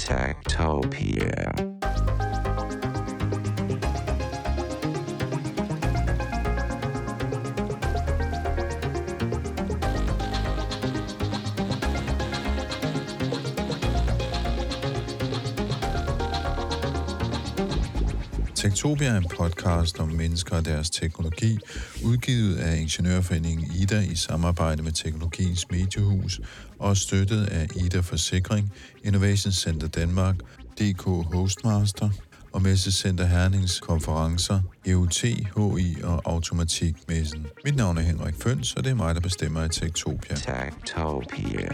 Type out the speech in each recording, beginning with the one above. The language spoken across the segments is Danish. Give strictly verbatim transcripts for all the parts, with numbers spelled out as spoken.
Techtopia. Techtopia er en podcast om mennesker og deres teknologi, udgivet af Ingeniørforeningen Ida i samarbejde med Teknologiens Mediehus og støttet af Ida Forsikring, Innovation Center Danmark, D K Hostmaster og Messecenter Hernings konferencer, E U T, H I og Automatikmessen. Mit navn er Henrik Føns, og det er mig, der bestemmer i Techtopia. Techtopia.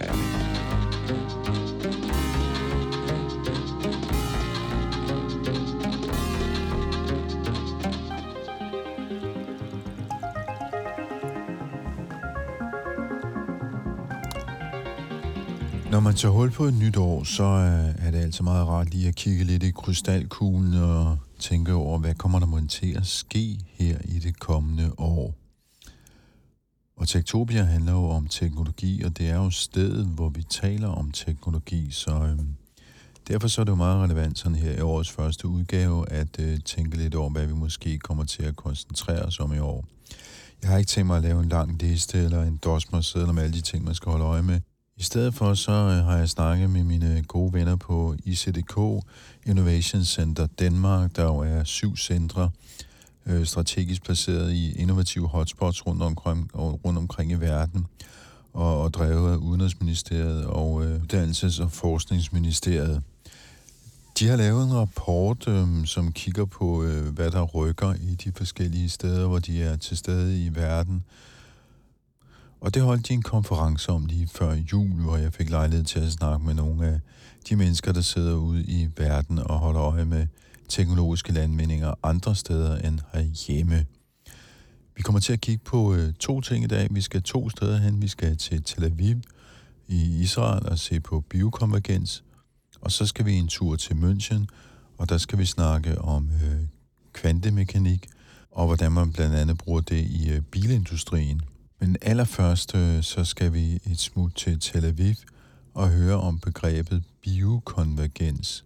Når man tager hul på et nyt år, så er det altså meget rart lige at kigge lidt i krystalkuglen og tænke over, hvad kommer der mon til at ske her i det kommende år. Og Techtopia handler jo om teknologi, og det er jo stedet, hvor vi taler om teknologi, så øhm, derfor så er det jo meget relevant sådan her i årets første udgave at øh, tænke lidt over, hvad vi måske kommer til at koncentrere os om i år. Jeg har ikke tænkt mig at lave en lang liste eller en dosmerseddel om alle de ting, man skal holde øje med. I stedet for så har jeg snakket med mine gode venner på I C D K, Innovation Center Danmark, der jo er syv centre øh, strategisk placeret i innovative hotspots rundt omkring, rundt omkring i verden, og, og drevet af Udenrigsministeriet og øh, Uddannelses- og Forskningsministeriet. De har lavet en rapport, øh, som kigger på, øh, hvad der rykker i de forskellige steder, hvor de er til stede i verden. Og det holdt de en konference om lige før jul, hvor jeg fik lejlighed til at snakke med nogle af de mennesker, der sidder ude i verden og holder øje med teknologiske landvindinger andre steder end herhjemme. Vi kommer til at kigge på øh, to ting i dag. Vi skal to steder hen. Vi skal til Tel Aviv i Israel og se på biokonvergens. Og så skal vi en tur til München, og der skal vi snakke om øh, kvantemekanik og hvordan man blandt andet bruger det i øh, bilindustrien. Men allerførst så skal vi et smut til Tel Aviv og høre om begrebet biokonvergens.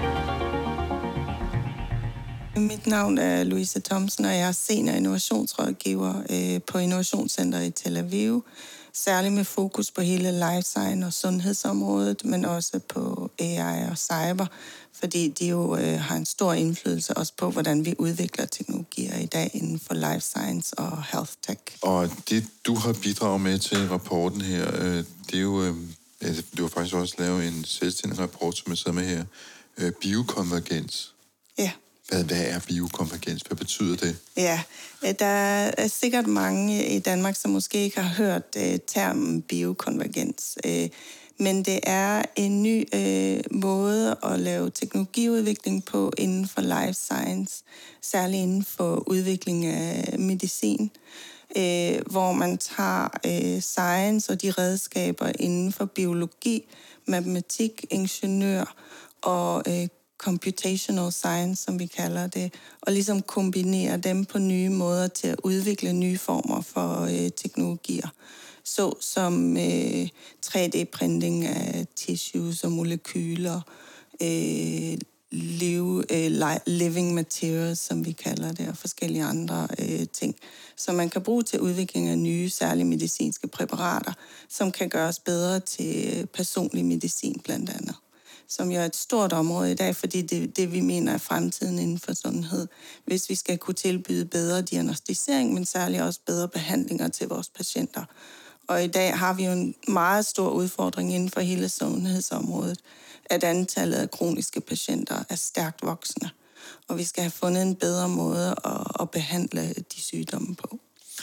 Mit navn er Louise Thomsen, og jeg er senior innovationsrådgiver på Innovationscenter i Tel Aviv. Særligt med fokus på hele life science og sundhedsområdet, men også på A I og cyber, fordi de jo øh, har en stor indflydelse også på, hvordan vi udvikler teknologier i dag inden for life science og health tech. Og det, du har bidraget med til rapporten her, øh, det er jo, øh, du har faktisk også lavet en selvstændig rapport, som jeg sidder med her, øh, biokonvergens. Ja. Hvad, hvad er biokonvergens? Hvad betyder det? Ja, der er sikkert mange i Danmark, som måske ikke har hørt uh, termen biokonvergens. Uh, men det er en ny uh, måde at lave teknologiudvikling på inden for life science, særligt inden for udvikling af medicin, uh, hvor man tager uh, science og de redskaber inden for biologi, matematik, ingeniør og uh, computational science, som vi kalder det, og ligesom kombinere dem på nye måder til at udvikle nye former for øh, teknologier, så som øh, tre D-printing af tissues og molekyler, øh, live, øh, living materials, som vi kalder det, og forskellige andre øh, ting, som man kan bruge til udvikling af nye, særlige medicinske præparater, som kan gøres bedre til personlig medicin blandt andet, som jo er et stort område i dag, fordi det, det vi mener er fremtiden inden for sundhed, hvis vi skal kunne tilbyde bedre diagnostisering, men særligt også bedre behandlinger til vores patienter. Og i dag har vi jo en meget stor udfordring inden for hele sundhedsområdet, at antallet af kroniske patienter er stærkt voksende, og vi skal have fundet en bedre måde at, at behandle de sygdomme på.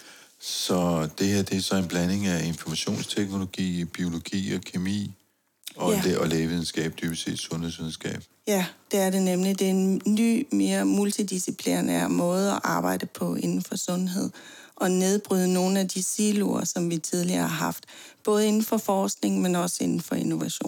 Så det her, det er så en blanding af informationsteknologi, biologi og kemi, Og, ja. det, og lægevidenskab, dybest set sundhedsvidenskab. Ja, det er det nemlig. Det er en ny, mere multidisciplinær måde at arbejde på inden for sundhed, og nedbryde nogle af de siloer, som vi tidligere har haft, både inden for forskning, men også inden for innovation.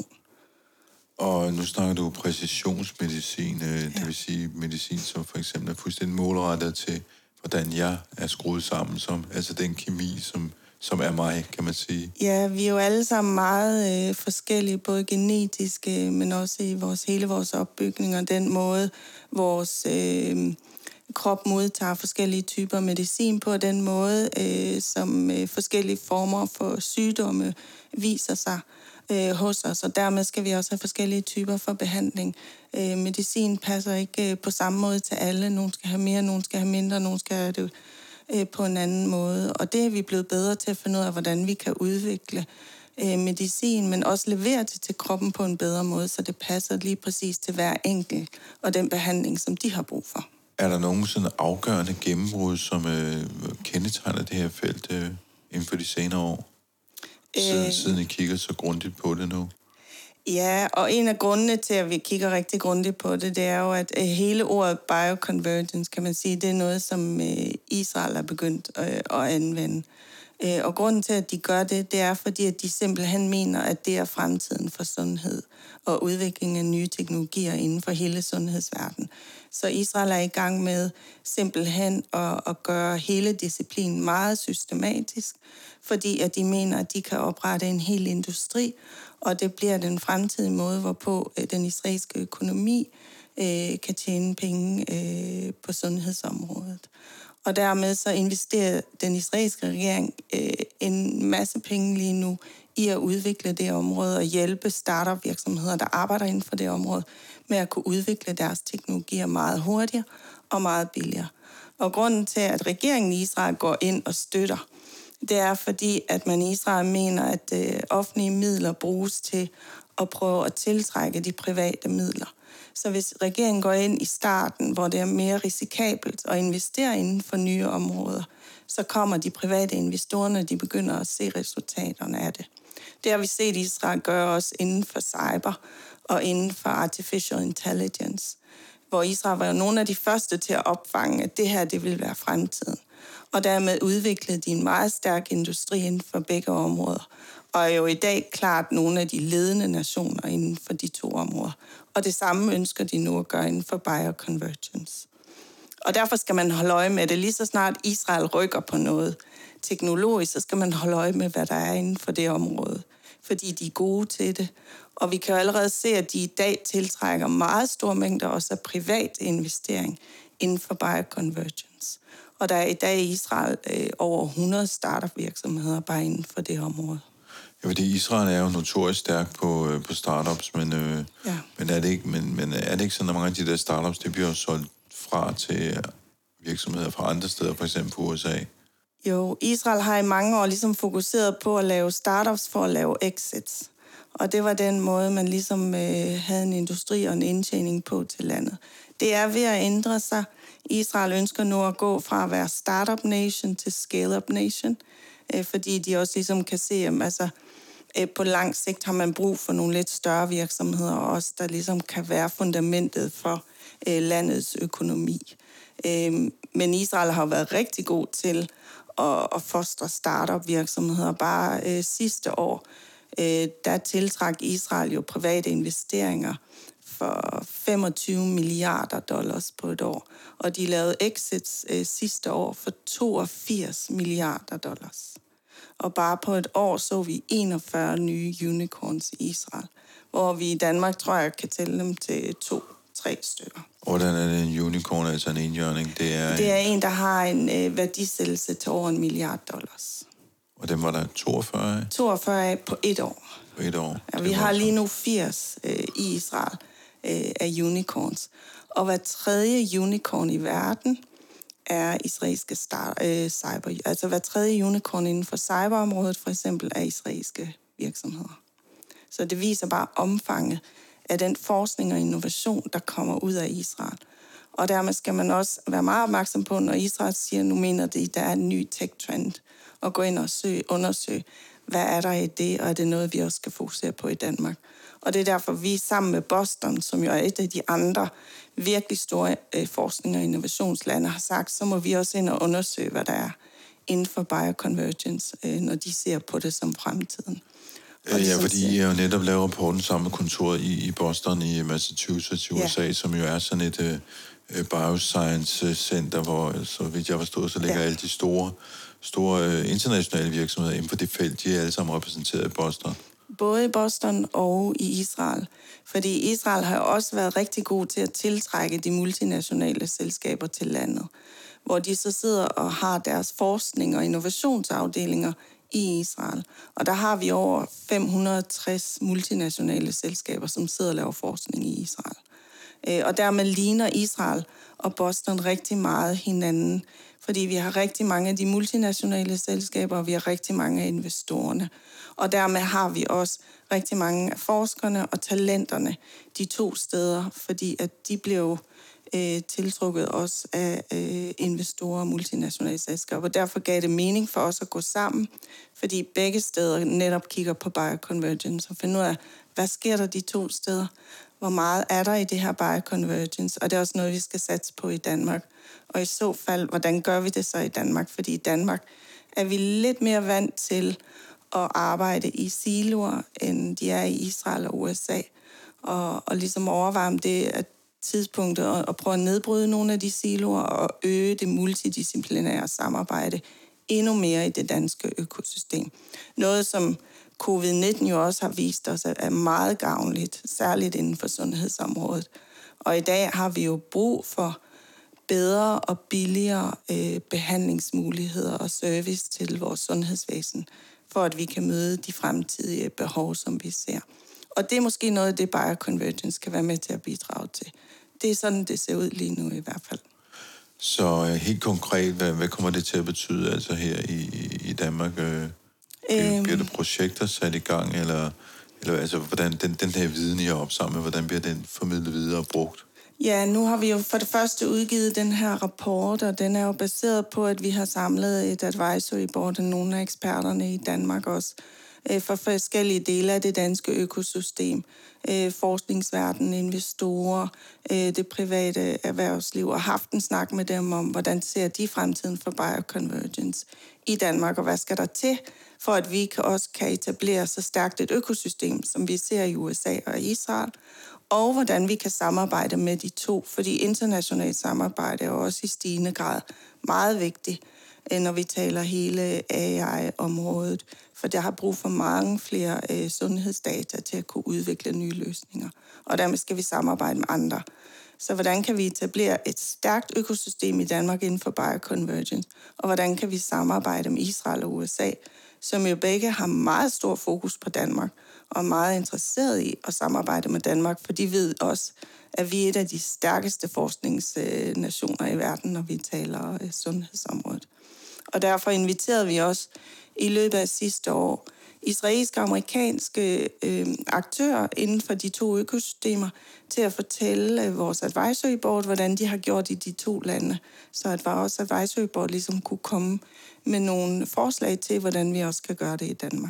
Og nu snakker du præcisionsmedicin, ja. Det vil sige medicin, som for eksempel er fuldstændig målrettet til, hvordan jeg er skruet sammen, som, altså den kemi, som som er mig, kan man sige. Ja, vi er jo alle sammen meget øh, forskellige, både genetisk, øh, men også i vores, hele vores opbygning, og den måde, vores øh, krop modtager forskellige typer medicin på, den måde, øh, som øh, forskellige former for sygdomme viser sig øh, hos os, og dermed skal vi også have forskellige typer for behandling. Øh, medicin passer ikke øh, på samme måde til alle. Nogle skal have mere, nogle skal have mindre, nogle skal have det øh, på en anden måde. Og det er vi blevet bedre til at finde ud af, hvordan vi kan udvikle øh, medicin, men også levere det til kroppen på en bedre måde, så det passer lige præcis til hver enkelt og den behandling, som de har brug for. Er der nogen sådan afgørende gennembrud, som øh, kendetegner det her felt øh, inden for de senere år? Siden, øh, siden I kigger så grundigt på det nu? Ja, og en af grundene til, at vi kigger rigtig grundigt på det, det er jo, at hele ordet bioconvergence, kan man sige, det er noget, som Israel er begyndt at anvende. Og grunden til, at de gør det, det er, fordi at de simpelthen mener, at det er fremtiden for sundhed og udvikling af nye teknologier inden for hele sundhedsverdenen. Så Israel er i gang med simpelthen at, at gøre hele disciplinen meget systematisk, fordi at de mener, at de kan oprette en hel industri, og det bliver den fremtidige måde, hvorpå den israelske økonomi øh, kan tjene penge øh, på sundhedsområdet. Og dermed så investerer den israelske regering øh, en masse penge lige nu i at udvikle det område og hjælpe startup-virksomheder, der arbejder inden for det område, med at kunne udvikle deres teknologier meget hurtigere og meget billigere. Og grunden til, at regeringen i Israel går ind og støtter, det er fordi, at man i Israel mener, at øh, offentlige midler bruges til at prøve at tiltrække de private midler. Så hvis regeringen går ind i starten, hvor det er mere risikabelt at investere inden for nye områder, så kommer de private investorer, når de begynder at se resultaterne af det. Det har vi set Israel gøre også inden for cyber og inden for artificial intelligence, hvor Israel var jo nogle af de første til at opfange, at det her det vil være fremtiden. Og dermed udviklede de en meget stærk industri inden for begge områder, og er jo i dag klart nogle af de ledende nationer inden for de to områder. Og det samme ønsker de nu at gøre inden for bioconvergence. Og derfor skal man holde øje med det. Lige så snart Israel rykker på noget teknologisk, så skal man holde øje med, hvad der er inden for det område. Fordi de er gode til det. Og vi kan jo allerede se, at de i dag tiltrækker meget store mængder også af privat investering inden for bioconvergence. Og der er i dag i Israel øh, over hundrede startup-virksomheder bare inden for det område. Ja, fordi Israel er jo notorisk stærk på, øh, på startups, men, øh, ja. men, er det ikke, men, men er det ikke sådan, at mange af de der startups, det bliver solgt fra til virksomheder fra andre steder, for eksempel på U S A? Jo, Israel har i mange år ligesom fokuseret på at lave startups for at lave exits. Og det var den måde, man ligesom øh, havde en industri og en indtjening på til landet. Det er ved at ændre sig. Israel ønsker nu at gå fra at være startup nation til scale-up nation, øh, fordi de også ligesom kan se, at altså, øh, på lang sigt har man brug for nogle lidt større virksomheder også, der ligesom kan være fundamentet for øh, landets økonomi. Øh, men Israel har været rigtig god til at, at fostre startup virksomheder. Bare øh, sidste år, øh, der tiltrak Israel jo private investeringer for femogtyve milliarder dollars på et år. Og de lavede exits øh, sidste år for toogfirs milliarder dollars. Og bare på et år så vi enogfyrre nye unicorns i Israel, hvor vi i Danmark, tror jeg, kan tælle dem til to, tre stykker. Hvordan er det en unicorn, altså en enhjørning? Det er, det er en, en der har en øh, værdisættelse til over en milliard dollars. Og den var der toogfyrre af? toogfyrre på et år. På et år? Ja, vi har lige nu firs øh, i Israel øh, af unicorns. Og hver tredje unicorn i verden er israelske start, øh, cyber. Altså hver tredje unicorn inden for cyberområdet for eksempel er israelske virksomheder. Så det viser bare omfanget af den forskning og innovation, der kommer ud af Israel. Og dermed skal man også være meget opmærksom på, når Israel siger, nu mener det, at der er en ny tech-trend, og gå ind og søge, undersøge, hvad er der i det, og er det noget, vi også skal fokusere på i Danmark. Og det er derfor, vi sammen med Boston, som jo er et af de andre virkelig store øh, forskning- og innovationslande, har sagt, så må vi også ind og undersøge, hvad der er inden for bioconvergence, øh, når de ser på det som fremtiden. Ja, ja, fordi I har jo netop lavet rapporten sammen med kontoret i, i Boston i Massachusetts i U S A, ja. Som jo er sådan et uh, bioscience center, hvor, så vidt jeg forstod, så ligger ja. alle de store store øh, internationale virksomheder inden for det felt, de er alle sammen repræsenteret i Boston. Både i Boston og i Israel. Fordi Israel har også været rigtig god til at tiltrække de multinationale selskaber til landet, hvor de så sidder og har deres forskning og innovationsafdelinger i Israel. Og der har vi over fem hundrede og tres multinationale selskaber, som sidder og laver forskning i Israel. Og dermed ligner Israel og Boston rigtig meget hinanden, fordi vi har rigtig mange af de multinationale selskaber, og vi har rigtig mange af investorerne. Og dermed har vi også rigtig mange af forskerne og talenterne de to steder, fordi at de blev øh, tiltrukket også af øh, investorer og multinationale selskaber. Derfor gav det mening for os at gå sammen, fordi begge steder netop kigger på bioconvergence og finder ud af, hvad sker der de to steder? Hvor meget er der i det her bioconvergence? Og det er også noget, vi skal satse på i Danmark. Og i så fald, hvordan gør vi det så i Danmark? Fordi i Danmark er vi lidt mere vant til at arbejde i siloer, end de er i Israel og U S A. Og, og ligesom overveje om det er tidspunktet at, at prøve at nedbryde nogle af de siloer og øge det multidisciplinære samarbejde endnu mere i det danske økosystem. Noget, som covid nitten jo også har vist os er meget gavnligt, særligt inden for sundhedsområdet. Og i dag har vi jo brug for bedre og billigere øh, behandlingsmuligheder og service til vores sundhedsvæsen, for at vi kan møde de fremtidige behov, som vi ser. Og det er måske noget af det, bioconvergence kan være med til at bidrage til. Det er sådan, det ser ud lige nu i hvert fald. Så øh, helt konkret, hvad, hvad kommer det til at betyde altså her i, i Danmark? Øh, bliver, bliver der projekter sat i gang, eller, eller altså, hvordan den, den her viden, I har opsamlet, hvordan bliver den formidlet videre og brugt? Ja, nu har vi jo for det første udgivet den her rapport, og den er jo baseret på, at vi har samlet et advisory board af nogle af eksperterne i Danmark også, for forskellige dele af det danske økosystem, forskningsverden, investorer, det private erhvervsliv, og haft en snak med dem om, hvordan ser de fremtiden for bioconvergence i Danmark, og hvad skal der til, for at vi også kan etablere så stærkt et økosystem, som vi ser i U S A og Israel, og hvordan vi kan samarbejde med de to, fordi internationalt samarbejde er også i stigende grad meget vigtigt, når vi taler hele A I-området, for der har brug for mange flere øh, sundhedsdata til at kunne udvikle nye løsninger, og dermed skal vi samarbejde med andre. Så hvordan kan vi etablere et stærkt økosystem i Danmark inden for bioconvergence, og hvordan kan vi samarbejde med Israel og U S A, som jo begge har meget stor fokus på Danmark, og er meget interesseret i at samarbejde med Danmark, for de ved også, at vi er et af de stærkeste forskningsnationer i verden, når vi taler sundhedsområdet. Og derfor inviterede vi også i løbet af sidste år israelske og amerikanske øh, aktører inden for de to økosystemer til at fortælle øh, vores advisory board, hvordan de har gjort i de to lande, så at vores advisory board ligesom kunne komme med nogle forslag til, hvordan vi også kan gøre det i Danmark.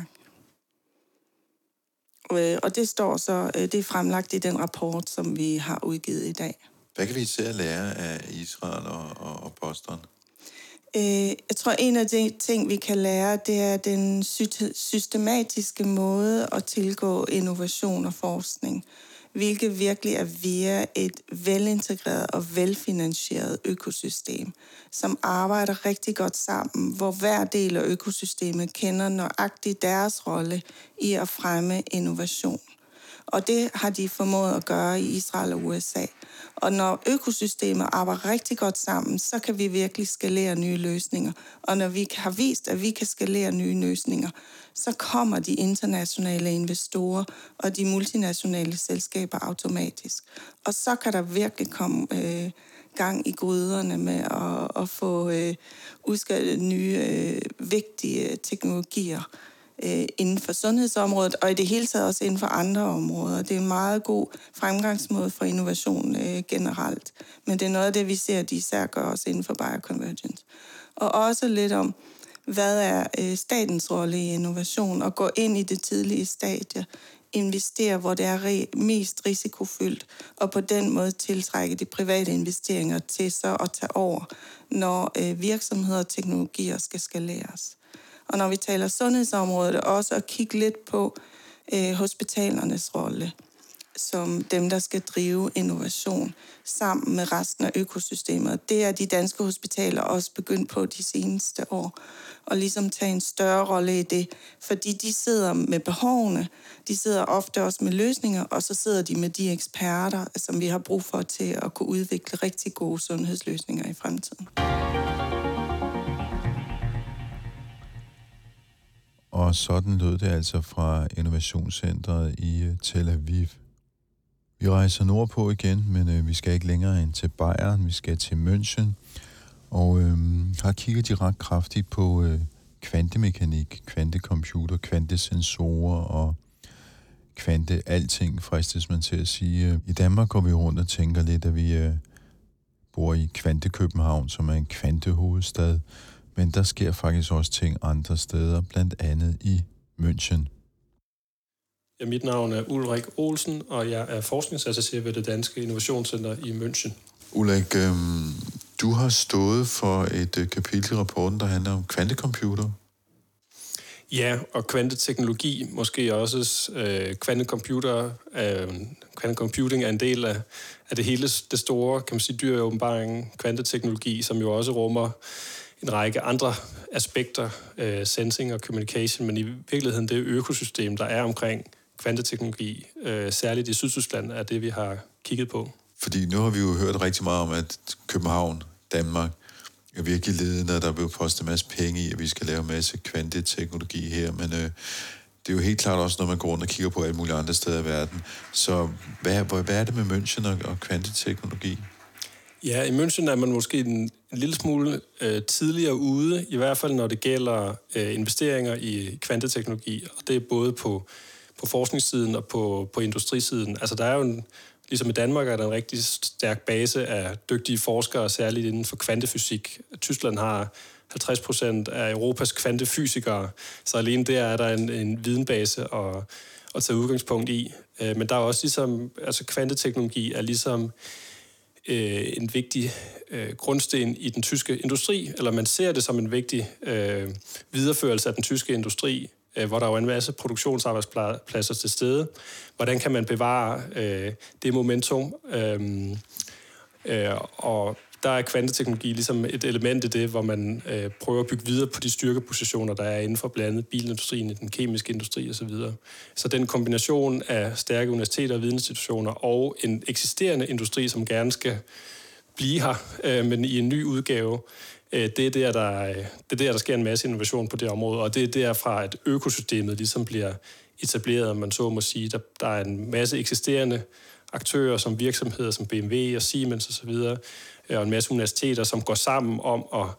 Øh, og det står så, øh, det er fremlagt i den rapport, som vi har udgivet i dag. Hvad kan vi især lære af Israel og, og, og Boston? Jeg tror, en af de ting, vi kan lære, det er den systematiske måde at tilgå innovation og forskning, hvilket virkelig er via et velintegreret og velfinansieret økosystem, som arbejder rigtig godt sammen, hvor hver del af økosystemet kender nøjagtigt deres rolle i at fremme innovation. Og det har de formået at gøre i Israel og U S A. Og når økosystemet arbejder rigtig godt sammen, så kan vi virkelig skalere nye løsninger. Og når vi har vist, at vi kan skalere nye løsninger, så kommer de internationale investorer og de multinationale selskaber automatisk. Og så kan der virkelig komme øh, gang i gryderne med at, at få øh, udskaldet nye, øh, vigtige teknologier inden for sundhedsområdet, og i det hele taget også inden for andre områder. Det er en meget god fremgangsmåde for innovation øh, generelt, men det er noget af det, vi ser, at de især gør også inden for bioconvergence. Og også lidt om, hvad er øh, statens rolle i innovation, og gå ind i det tidlige stadie, investere, hvor det er re- mest risikofyldt, og på den måde tiltrække de private investeringer til så at tage over, når øh, virksomheder og teknologier skal skaleres. Og når vi taler sundhedsområdet, også at kigge lidt på øh, hospitalernes rolle. som dem, der skal drive innovation sammen med resten af økosystemet. Det er de danske hospitaler også begyndt på de seneste år, og ligesom tage en større rolle i det, fordi de sidder med behovene, de sidder ofte også med løsninger, og så sidder de med de eksperter, som vi har brug for til at kunne udvikle rigtig gode sundhedsløsninger i fremtiden. Og sådan lød det altså fra Innovationscentret i Tel Aviv. Vi rejser nordpå igen, men øh, vi skal ikke længere end til Bayern, vi skal til München, og øh, har kigget de ret kraftigt på øh, kvantemekanik, kvantecomputer, kvantesensorer og kvante alting, fristes man til at sige. I Danmark går vi rundt og tænker lidt, at vi øh, bor i Kvante-København, som er en kvantehovedstad, men der sker faktisk også ting andre steder, blandt andet i München. Ja, mit navn er Ulrik Olsen, og jeg er forskningsassocieret ved det Danske Innovationscenter i München. Ulrik, øh, du har stået for et øh, kapitel i rapporten, der handler om kvantecomputer. Ja, og kvanteteknologi, måske også øh, kvantecomputer, øh, kvantecomputing er en del af, af det hele, det store, kan man sige, dyr åbenbaring, kvanteteknologi, som jo også rummer en række andre aspekter, øh, sensing og communication, men i virkeligheden det økosystem, der er omkring kvanteteknologi, øh, særligt i Sydtyskland, er det, vi har kigget på. Fordi nu har vi jo hørt rigtig meget om, at København, Danmark, er virkelig ledende, og der er blevet postet en masse penge i, at vi skal lave en masse kvanteteknologi her, men øh, det er jo helt klart også, når man går rundt og kigger på alle mulige andre steder i verden. Så hvad, hvad er det med München og, og kvanteteknologi? Ja, i München er man måske en, en lille smule øh, tidligere ude, i hvert fald når det gælder øh, investeringer i kvanteteknologi, og det er både på, på forskningssiden og på, på industrisiden. Altså der er jo en, ligesom i Danmark er der en rigtig stærk base af dygtige forskere, særligt inden for kvantefysik. Tyskland har halvtreds procent af Europas kvantefysikere, så alene der er der en, en videnbase at, at tage udgangspunkt i. Men der er også ligesom, altså kvanteteknologi er ligesom øh, en vigtig øh, grundsten i den tyske industri, eller man ser det som en vigtig øh, videreførelse af den tyske industri, hvor der er jo en masse produktionsarbejdspladser til stede. Hvordan kan man bevare øh, det momentum? Øhm, øh, og der er kvanteteknologi ligesom et element i det, hvor man øh, prøver at bygge videre på de styrkepositioner, der er inden for blandt andet bilindustrien, den kemiske industri osv. Så den kombination af stærke universiteter og vidensinstitutioner og en eksisterende industri, som gerne skal blive her, øh, men i en ny udgave, Det er, der, der, det er der, der sker en masse innovation på det område, og det er derfra, at økosystemet ligesom bliver etableret, om man så må sige. Der, der er en masse eksisterende aktører, som virksomheder som B M W og Siemens osv., og en masse universiteter, som går sammen om at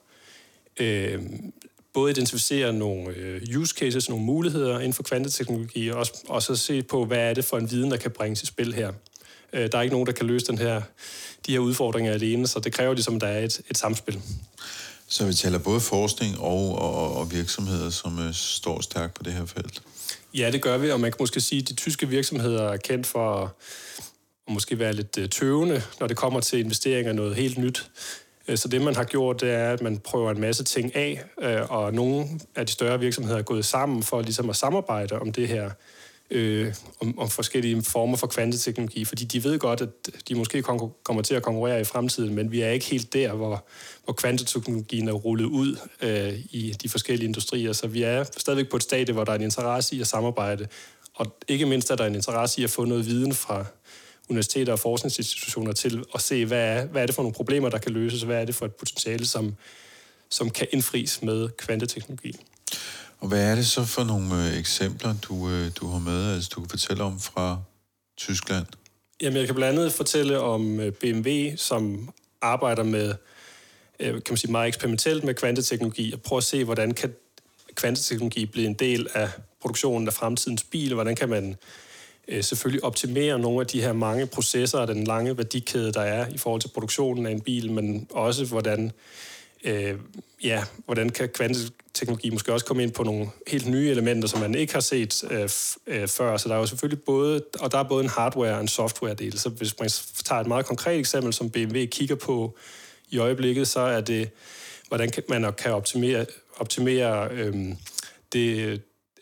øh, både identificere nogle øh, use cases, nogle muligheder inden for kvanteteknologi, og også, også se på, hvad er det for en viden, der kan bringes i spil her. Øh, der er ikke nogen, der kan løse den her, de her udfordringer alene, så det kræver ligesom, at der er et, et samspil. Så vi taler både forskning og, og, og virksomheder, som øh, står stærkt på det her felt? Ja, det gør vi, og man kan måske sige, at de tyske virksomheder er kendt for at, at måske være lidt øh, tøvende, når det kommer til investeringer i noget helt nyt. Så det, man har gjort, det er, at man prøver en masse ting af, øh, og nogle af de større virksomheder er gået sammen for ligesom at samarbejde om det her, Øh, om, om forskellige former for kvanteteknologi, fordi de ved godt, at de måske kommer til at konkurrere i fremtiden, men vi er ikke helt der, hvor, hvor kvanteteknologien er rullet ud øh, i de forskellige industrier, så vi er stadigvæk på et stadie, hvor der er en interesse i at samarbejde, og ikke mindst er der en interesse i at få noget viden fra universiteter og forskningsinstitutioner til at se, hvad er, hvad er det for nogle problemer, der kan løses, hvad er det for et potentiale, som, som kan indfries med kvanteteknologi. Og hvad er det så for nogle øh, eksempler, du, øh, du har med, altså du kan fortælle om fra Tyskland? Jamen, jeg kan blandt andet fortælle om B M W, som arbejder med, øh, kan man sige, meget eksperimentelt med kvanteteknologi, og prøve at se, hvordan kan kvanteteknologi blive en del af produktionen af fremtidens bil, hvordan kan man øh, selvfølgelig optimere nogle af de her mange processer og den lange værdikæde, der er i forhold til produktionen af en bil, men også hvordan Øh, ja, hvordan kan kvanteteknologi måske også komme ind på nogle helt nye elementer, som man ikke har set øh, f- øh, før. Så der er jo selvfølgelig både, og der er både en hardware og en software-del. Så hvis man tager et meget konkret eksempel, som B M W kigger på i øjeblikket, så er det, hvordan man kan optimere, optimere øh, det,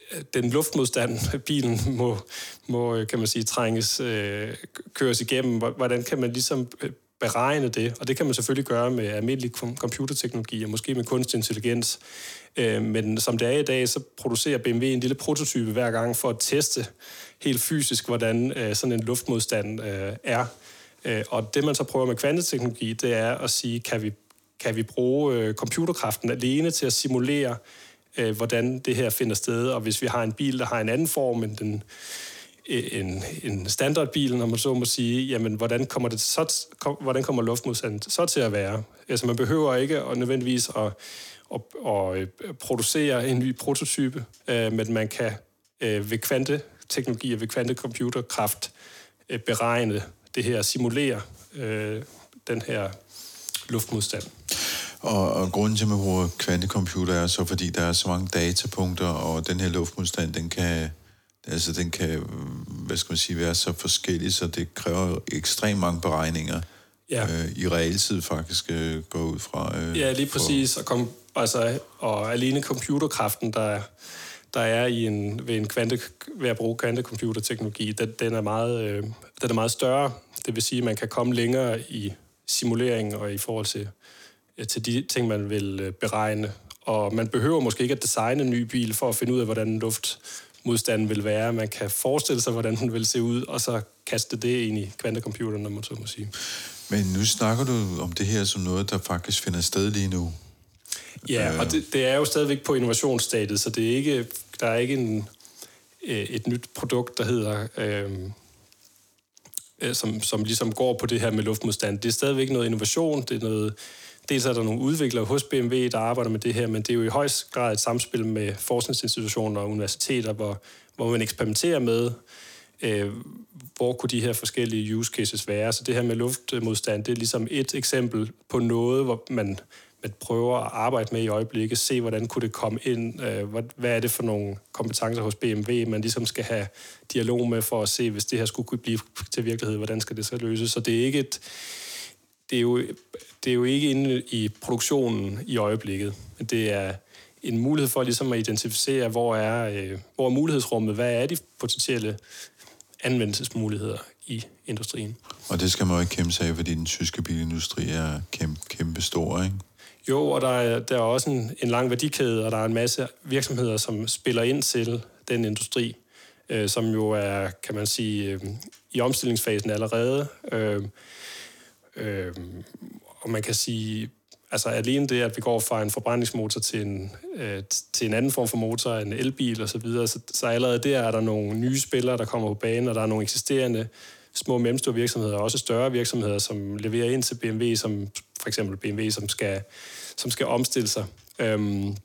den luftmodstand, bilen må, må kan man sige, trænges, øh, køres igennem. Hvordan kan man ligesom beregne det? Og det kan man selvfølgelig gøre med almindelig computerteknologi og måske med kunstig intelligens. Øh, men som det er i dag, så producerer B M W en lille prototype hver gang for at teste helt fysisk, hvordan øh, sådan en luftmodstand øh, er. Øh, og det man så prøver med kvanteteknologi, det er at sige, kan vi, kan vi bruge øh, computerkraften alene til at simulere, øh, hvordan det her finder sted. Og hvis vi har en bil, der har en anden form end den, en, en standardbil, når man så må sige, jamen, hvordan kommer, det så, kom, hvordan kommer luftmodstanden så til at være? Altså, man behøver ikke at nødvendigvis at, at, at, at producere en ny prototype, øh, men man kan øh, ved kvanteteknologi og ved kvantecomputerkraft øh, beregne det her, simulere øh, den her luftmodstand. Og, og grunden til, at man bruger kvantecomputer er så, fordi der er så mange datapunkter, og den her luftmodstand, den kan, altså, den kan, hvad skal man sige, være så forskellig, så det kræver ekstremt mange beregninger. Ja. Øh, I realtid faktisk øh, går ud fra. Øh, ja, lige præcis. For... Og, kom, altså, og alene computerkraften, der, der er i en, ved, en kvante, ved at bruge kvantecomputerteknologi, den, den, er meget, øh, den er meget større. Det vil sige, at man kan komme længere i simuleringen og i forhold til, til de ting, man vil beregne. Og man behøver måske ikke at designe en ny bil for at finde ud af, hvordan luftmodstanden vil være. Man kan forestille sig, hvordan den vil se ud, og så kaste det ind i kvantecomputeren, når man så må sige. Men nu snakker du om det her som noget, der faktisk finder sted lige nu. Ja, øh... og det, det er jo stadigvæk på innovationsstadiet, så det er ikke, der er ikke en, et nyt produkt, der hedder... Øh, Som, som ligesom går på det her med luftmodstand. Det er stadigvæk noget innovation, det er noget, dels er der nogle udviklere hos B M W, der arbejder med det her, men det er jo i højst grad et samspil med forskningsinstitutioner og universiteter, hvor, hvor man eksperimenterer med, øh, hvor kunne de her forskellige use cases være. Så det her med luftmodstand, det er ligesom et eksempel på noget, hvor man, man prøver at arbejde med i øjeblikket, se hvordan kunne det komme ind, øh, hvad, hvad er det for nogle kompetencer hos B M W, man ligesom skal have dialog med for at se, hvis det her skulle kunne blive til virkelighed, hvordan skal det så løses. Så det er ikke et, det er jo, det er jo ikke inde i produktionen i øjeblikket, men det er en mulighed for ligesom at identificere, hvor er, øh, hvor er mulighedsrummet, hvad er de potentielle anvendelsesmuligheder i industrien. Og det skal man jo ikke kæmpe sig af, fordi den tyske bilindustri er kæmpe, kæmpe stor, ikke? Jo, og der er, der er også en, en lang værdikæde, og der er en masse virksomheder, som spiller ind til den industri, øh, som jo er, kan man sige, øh, i omstillingsfasen allerede. Øh, øh, og man kan sige, altså alene det, at vi går fra en forbrændingsmotor til en, øh, til en anden form for motor, en elbil og så videre, så, så allerede der er der nogle nye spillere, der kommer på banen, og der er nogle eksisterende små og mellemstore virksomheder, og også større virksomheder, som leverer ind til B M W, som for eksempel B M W, som skal, som skal omstille sig. Øhm,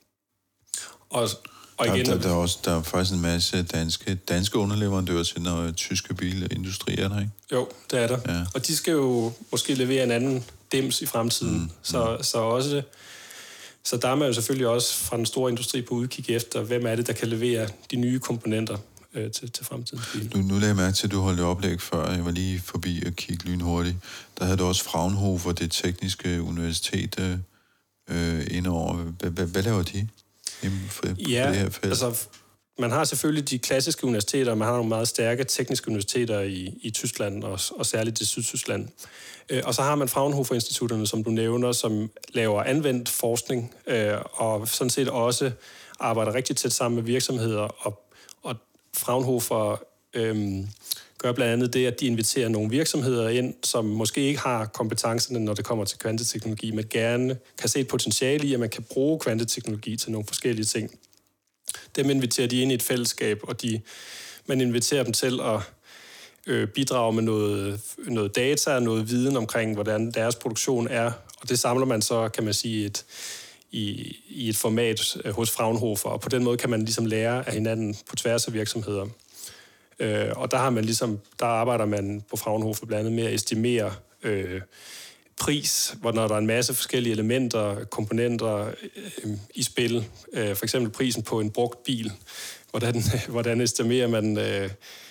og, og igen, der, der, der, er også, der er faktisk en masse danske, danske underleverandører til den tyske bilindustri, er der ikke? Jo, det er der. Ja. Og de skal jo måske levere en anden dims i fremtiden. Mm, så, mm. så også så der er man jo selvfølgelig også fra den store industri på udkig efter, hvem er det, der kan levere de nye komponenter øh, til, til fremtiden. Nu, nu lagde jeg mærke til, at du holdt oplæg før. Jeg var lige forbi og kiggede lynhurtigt. Der havde du også Fraunhofer, det tekniske universitet, øh, indover. Hvad, hvad laver de inden for, ja, på det her felt? Altså, man har selvfølgelig de klassiske universiteter, man har nogle meget stærke tekniske universiteter i, i Tyskland, og, og særligt i Sydtyskland. Øh, og så har man Fraunhofer-institutterne, som du nævner, som laver anvendt forskning, øh, og sådan set også arbejder rigtig tæt sammen med virksomheder. Og, og Fraunhofer øh, gør blandt andet det, at de inviterer nogle virksomheder ind, som måske ikke har kompetencerne, når det kommer til kvanteteknologi, men gerne kan se et potentiale i, at man kan bruge kvanteteknologi til nogle forskellige ting. Dem inviterer de ind i et fællesskab, og de, man inviterer dem til at øh, bidrage med noget, noget data og noget viden omkring, hvordan deres produktion er. Og det samler man så, kan man sige, et, i, i et format hos Fraunhofer, og på den måde kan man ligesom lære af hinanden på tværs af virksomheder. Øh, og der, har man ligesom, der arbejder man på Fraunhofer blandt andet med at estimere øh, pris, hvor når der er en masse forskellige elementer, komponenter øh, i spil. Øh, for eksempel prisen på en brugt bil. Hvordan, hvordan estimerer man øh,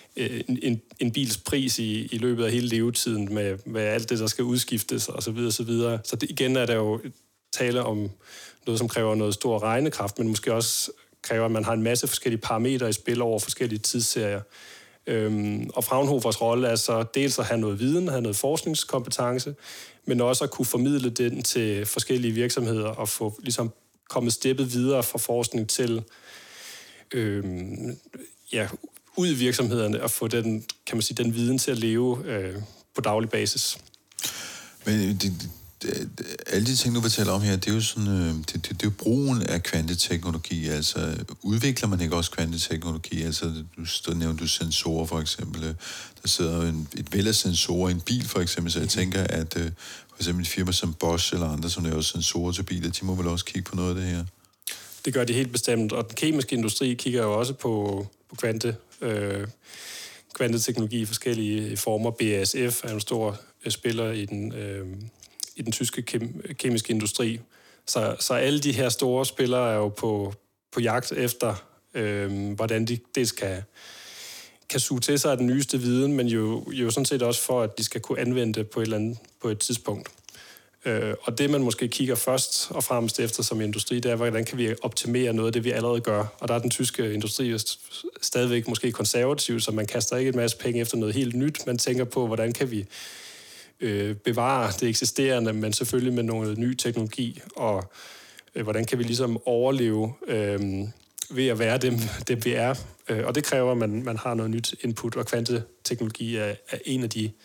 en, en bils pris i, i løbet af hele levetiden med, med alt det, der skal udskiftes osv. Så, videre, så, videre. Så det, igen er der jo tale om noget, som kræver noget stor regnekraft, men måske også kræver, at man har en masse forskellige parametre i spil over forskellige tidsserier. Øhm, og Fraunhofers rolle er så dels at have noget viden, have noget forskningskompetence, men også at kunne formidle den til forskellige virksomheder og få ligesom kommet steppet videre fra forskning til øhm, ja, ud i virksomhederne og få den, kan man sige, den viden til at leve øh, på daglig basis. Men det, det, alle de ting, du fortæller om her, det er jo sådan, det, det, det er jo brugen af kvanteteknologi. Altså, udvikler man ikke også kvanteteknologi? Altså, du nævnte du sensorer, for eksempel. Der sidder en, et væld af sensorer i en bil, for eksempel. Så jeg tænker, at for eksempel et firma som Bosch eller andre, som laver sensorer til biler, de må vel også kigge på noget af det her? Det gør de helt bestemt, og den kemiske industri kigger jo også på, på kvante, øh, kvanteteknologi i forskellige former. B A S F er en stor øh, spiller i den, øh, i den tyske kem, kemiske industri. Så, så alle de her store spillere er jo på, på jagt efter, øh, hvordan de dels kan, kan suge til sig af den nyeste viden, men jo, jo sådan set også for, at de skal kunne anvende det på et eller andet på et tidspunkt. Øh, og det, man måske kigger først og fremmest efter som industri, det er, hvordan kan vi optimere noget af det, vi allerede gør. Og der er den tyske industri stadigvæk måske konservativ, så man kaster ikke en masse penge efter noget helt nyt. Man tænker på, hvordan kan vi øh, bevare det eksisterende, men selvfølgelig med noget ny teknologi, og øh, hvordan kan vi ligesom overleve øh, ved at være dem, dem vi er. Øh, og det kræver, at man, man har noget nyt input, og kvanteteknologi er, er en af de...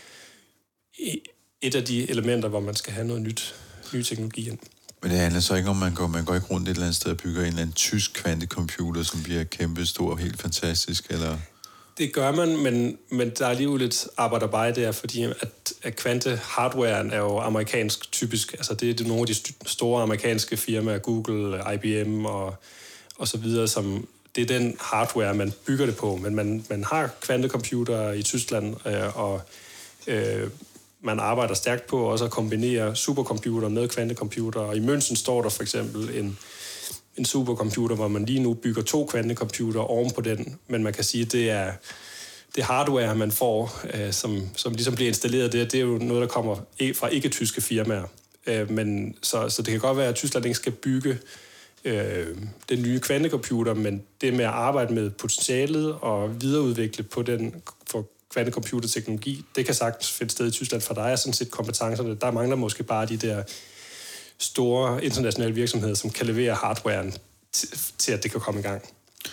et af de elementer, hvor man skal have noget nyt, ny teknologi ind. Men det handler så ikke om, man går, man går ikke rundt et eller andet sted og bygger en eller anden tysk kvantecomputer, som bliver kæmpe stor og helt fantastisk, eller? Det gør man, men, men der er alligevel lidt arbejderbej der, fordi at, at kvante-hardwaren er jo amerikansk typisk. Altså det er det nogle af de store amerikanske firmaer, Google, I B M og, og så videre, som det er den hardware, man bygger det på. Men man, man har kvantecomputer i Tyskland, øh, og øh, man arbejder stærkt på også at kombinere supercomputer med kvantecomputer. Og i München står der for eksempel en, en supercomputer, hvor man lige nu bygger to kvantecomputer oven på den. Men man kan sige, at det er det hardware, man får, øh, som, som ligesom bliver installeret, det, det er jo noget, der kommer fra ikke-tyske firmaer. Øh, men, så, så det kan godt være, at Tyskland ikke skal bygge øh, den nye kvantecomputer, men det med at arbejde med potentialet og videreudvikle på den for kvantecomputerteknologi, det kan sagtens finde sted i Tyskland, for der er sådan set kompetencerne. Der mangler måske bare de der store internationale virksomheder, som kan levere hardwaren til, til at det kan komme i gang.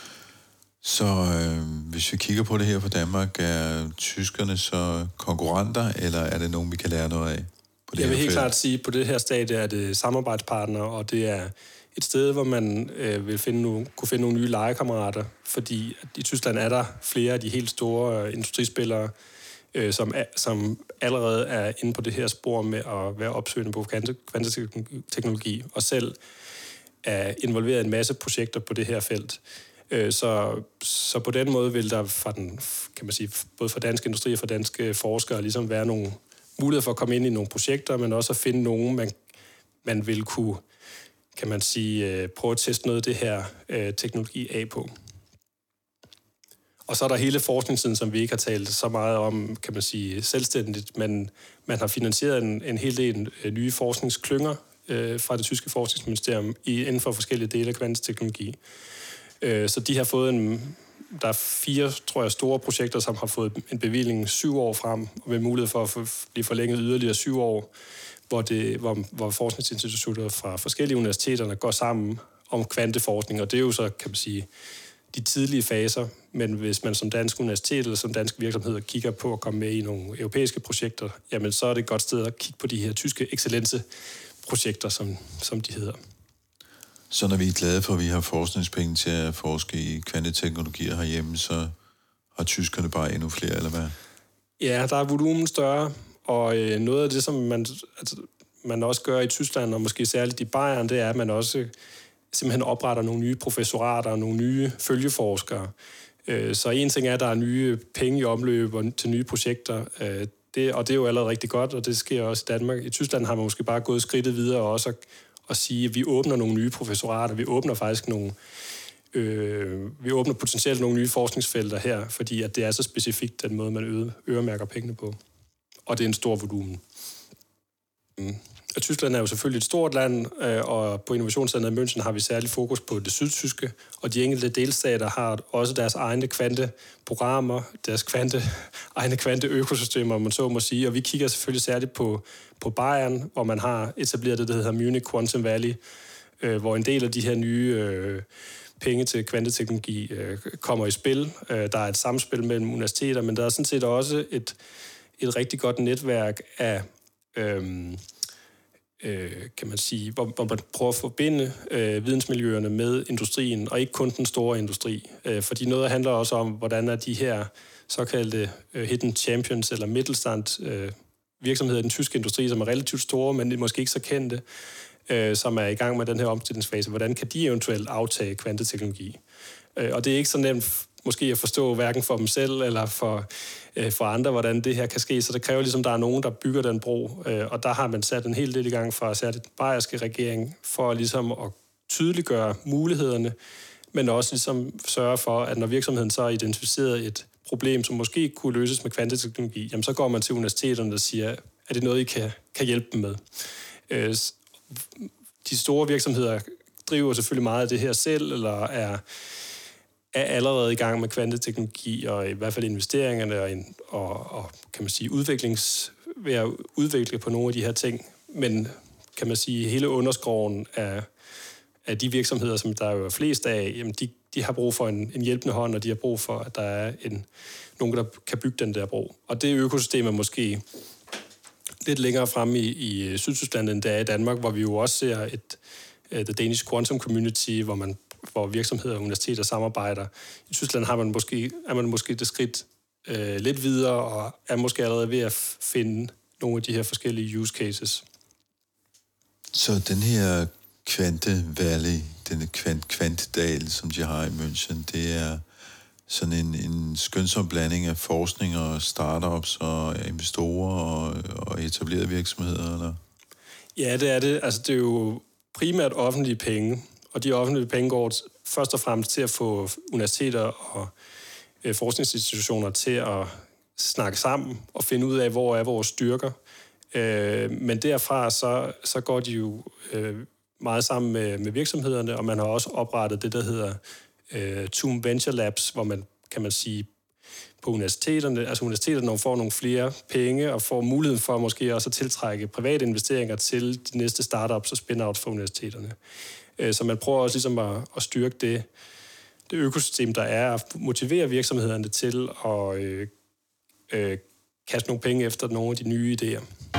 Så øh, hvis vi kigger på det her på Danmark, er tyskerne så konkurrenter, eller er det nogen, vi kan lære noget af? På det Jeg vil helt felt? klart sige, at på det her stadie er det samarbejdspartnere, og det er et sted, hvor man øh, vil finde nogle, kunne finde nogle nye legekammerater, fordi i Tyskland er der flere af de helt store øh, industrispillere, øh, som, er, som allerede er inde på det her spor med at være opsøgende på kvanteteknologi, og selv er involveret i en masse projekter på det her felt. Øh, så, så på den måde vil der fra den, kan man sige, både fra dansk industri og fra danske forskere ligesom være nogle muligheder for at komme ind i nogle projekter, men også at finde nogen, man, man vil kunne, kan man sige, prøve at teste noget af det her øh, teknologi af på. Og så er der hele forskningssiden, som vi ikke har talt så meget om, kan man sige, selvstændigt, men man har finansieret en, en hel del nye forskningsklynger øh, fra det tyske forskningsministerium i, inden for forskellige dele af kvanteteknologi. Øh, så de har fået en, der er fire, tror jeg, store projekter, som har fået en bevilling syv år frem, og med mulighed for at få, blive forlænget yderligere syv år, hvor, det, hvor, hvor forskningsinstitutter fra forskellige universiteter går sammen om kvanteforskning, og det er jo så, kan man sige, de tidlige faser, men hvis man som dansk universitet eller som dansk virksomhed kigger på at komme med i nogle europæiske projekter, jamen så er det et godt sted at kigge på de her tyske excellenceprojekter, som, som de hedder. Så når vi er glade for, at vi har forskningspenge til at forske i kvanteteknologier herhjemme, så har tyskerne bare endnu flere, eller hvad? Ja, der er volumen større, og øh, noget af det, som man, altså, man også gør i Tyskland, og måske særligt i Bayern, det er, at man også simpelthen opretter nogle nye professorater og nogle nye følgeforskere. Øh, så en ting er, at der er nye penge i omløb og til nye projekter, øh, det, og det er jo allerede rigtig godt, og det sker også i Danmark. I Tyskland har man måske bare gået skridtet videre og også at, at sige, at vi åbner nogle nye professorater, vi åbner faktisk nogle Øh, vi åbner potentielt nogle nye forskningsfelter her, fordi at det er så specifikt den måde, man øre, øremærker pengene på. Og det er en stor volumen. Mm. Tyskland er jo selvfølgelig et stort land, og på Innovationscenteret i München har vi særlig fokus på det sydtyske, og de enkelte delstater har også deres egne kvanteprogrammer, deres kvante, egne kvanteøkosystemer, man så må sige, og vi kigger selvfølgelig særligt på, på Bayern, hvor man har etableret det, der hedder Munich Quantum Valley, øh, hvor en del af de her nye øh, penge til kvanteteknologi øh, kommer i spil. Øh, der er et samspil mellem universiteter, men der er sådan set også et, et rigtig godt netværk af øh, kan man sige, hvor, hvor man prøver at forbinde øh, vidensmiljøerne med industrien, og ikke kun den store industri. Øh, fordi noget handler også om, hvordan er de her såkaldte øh, hidden champions, eller middelstand øh, virksomheder i den tyske industri, som er relativt store, men måske ikke så kendte, øh, som er i gang med den her omstillingsfase. Hvordan kan de eventuelt aftage kvanteteknologi? Øh, og det er ikke så nemt måske at forstå hverken for dem selv eller for, øh, for andre, hvordan det her kan ske. Så det kræver ligesom, at der er nogen, der bygger den bro. Øh, og der har man sat en hel del i gang fra særligt den bayerske regering for ligesom at tydeliggøre mulighederne, men også ligesom sørge for, at når virksomheden så har identificeret et problem, som måske kunne løses med kvanteteknologi, jamen så går man til universiteterne og siger, er det noget, I kan, kan hjælpe dem med? Øh, de store virksomheder driver selvfølgelig meget af det her selv, eller er er allerede i gang med kvanteteknologi, og i hvert fald investeringerne, og, og, og kan man sige, udviklings, ved at udvikle på nogle af de her ting. Men kan man sige, hele underskroven af, af de virksomheder, som der jo er flest af, jamen de, de har brug for en, en hjælpende hånd, og de har brug for, at der er en, nogen, der kan bygge den der bro. Og det økosystem er måske lidt længere fremme i, i Sydtyskland, end det er i Danmark, hvor vi jo også ser et uh, The Danish Quantum Community, hvor man hvor virksomheder og universiteter samarbejder. I Tyskland har man måske, er man måske det skridt øh, lidt videre, og er måske allerede ved at finde nogle af de her forskellige use cases. Så den her Kvante Valley, denne kvant, kvantedal, som de har i München, det er sådan en, en skønsom blanding af forskning og startups og investorer og, og etablerede virksomheder, eller? Ja, det er det. Altså, det er jo primært offentlige penge, og de offentlige penge går først og fremmest til at få universiteter og øh, forskningsinstitutioner til at snakke sammen og finde ud af, hvor er vores styrker. Øh, men derfra så, så går de jo øh, meget sammen med, med virksomhederne, og man har også oprettet det, der hedder øh, T U M Venture Labs, hvor man, kan man sige, på universiteterne, altså universiteterne får nogle flere penge og får muligheden for måske også at tiltrække private investeringer til de næste startups og spin-outs for universiteterne. Så man prøver også ligesom at, at styrke det, det økosystem, der er, at motivere virksomhederne til at øh, øh, kaste nogle penge efter nogle af de nye idéer.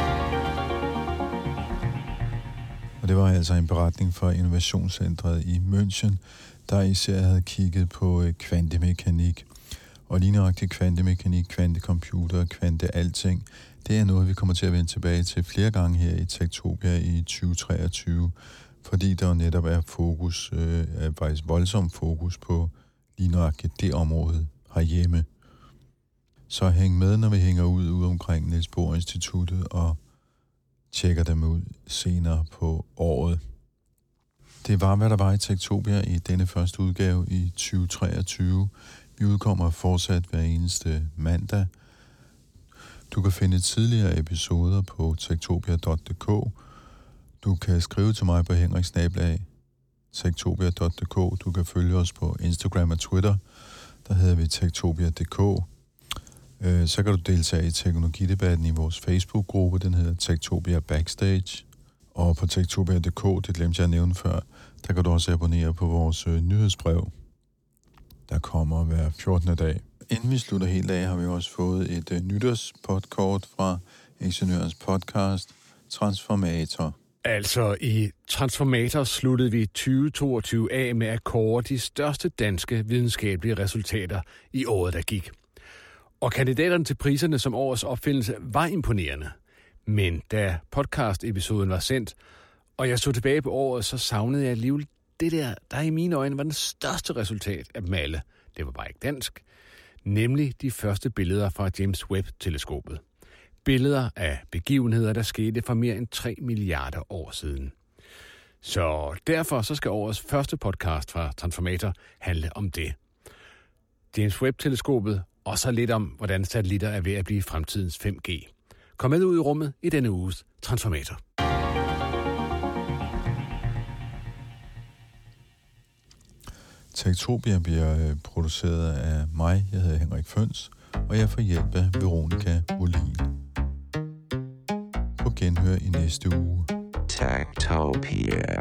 Og det var altså en beretning fra Innovationscentret i München, der især havde kigget på øh, kvantemekanik. Og lige nøjagtigt kvantemekanik, kvantecomputer, kvante alting, det er noget, vi kommer til at vende tilbage til flere gange her i Techtopia i tyve treogtyve, fordi der netop er fokus, øh, er faktisk voldsom fokus på lige nøjagtigt det område herhjemme. Så hæng med, når vi hænger ud, ud omkring Niels Bohr Instituttet og tjekker dem ud senere på året. Det var, hvad der var i Techtopia i denne første udgave i tyve treogtyve. Vi udkommer fortsat hver eneste mandag. Du kan finde tidligere episoder på techtopia punktum d k. Du kan skrive til mig på henrik snabel-a techtopia punktum d k. Du kan følge os på Instagram og Twitter. Der hedder vi techtopia punktum d k. Så kan du deltage i teknologidebatten i vores Facebook-gruppe. Den hedder Techtopia Backstage. Og på techtopia punktum d k, det glemte jeg at nævne før, der kan du også abonnere på vores øh, nyhedsbrev, der kommer hver fjortende dag. Inden vi slutter helt af, har vi også fået et øh, nytårspodkort fra Ingeniørens podcast, Transformator. Altså, i Transformator sluttede vi tyve toogtyve af med at kåre de største danske videnskabelige resultater i året, der gik. Og kandidaterne til priserne som årets opfindelse var imponerende. Men da podcast-episoden var sendt, og jeg så tilbage på året, så savnede jeg alligevel det der, der i mine øjne var den største resultat af dem alle. Det var bare ikke dansk. Nemlig de første billeder fra James Webb-teleskopet. Billeder af begivenheder, der skete for mere end tre milliarder år siden. Så derfor så skal årets første podcast fra Transformator handle om det. James Webb-teleskopet, og så lidt om, hvordan satellitter er ved at blive fremtidens fem G. Kom med ud i rummet i denne uges Transformator. Techtopia bliver produceret af mig, jeg hedder Henrik Føns, og jeg får hjælp af Veronica Molin. På genhør i næste uge. Techtopia.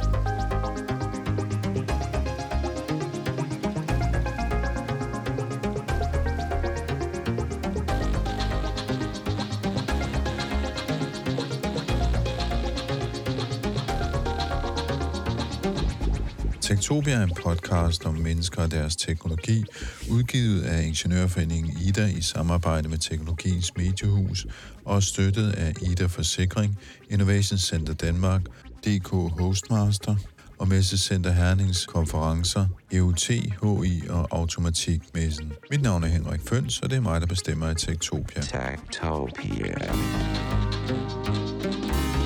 Techtopia er en podcast om mennesker og deres teknologi, udgivet af Ingeniørforeningen Ida i samarbejde med Teknologiens Mediehus og støttet af Ida Forsikring, Innovation Center Danmark, D K Hostmaster og Messecenter Hernings konferencer, E U T, H I og Automatikmessen. Mit navn er Henrik Føns, og det er mig, der bestemmer i Techtopia. Techtopia.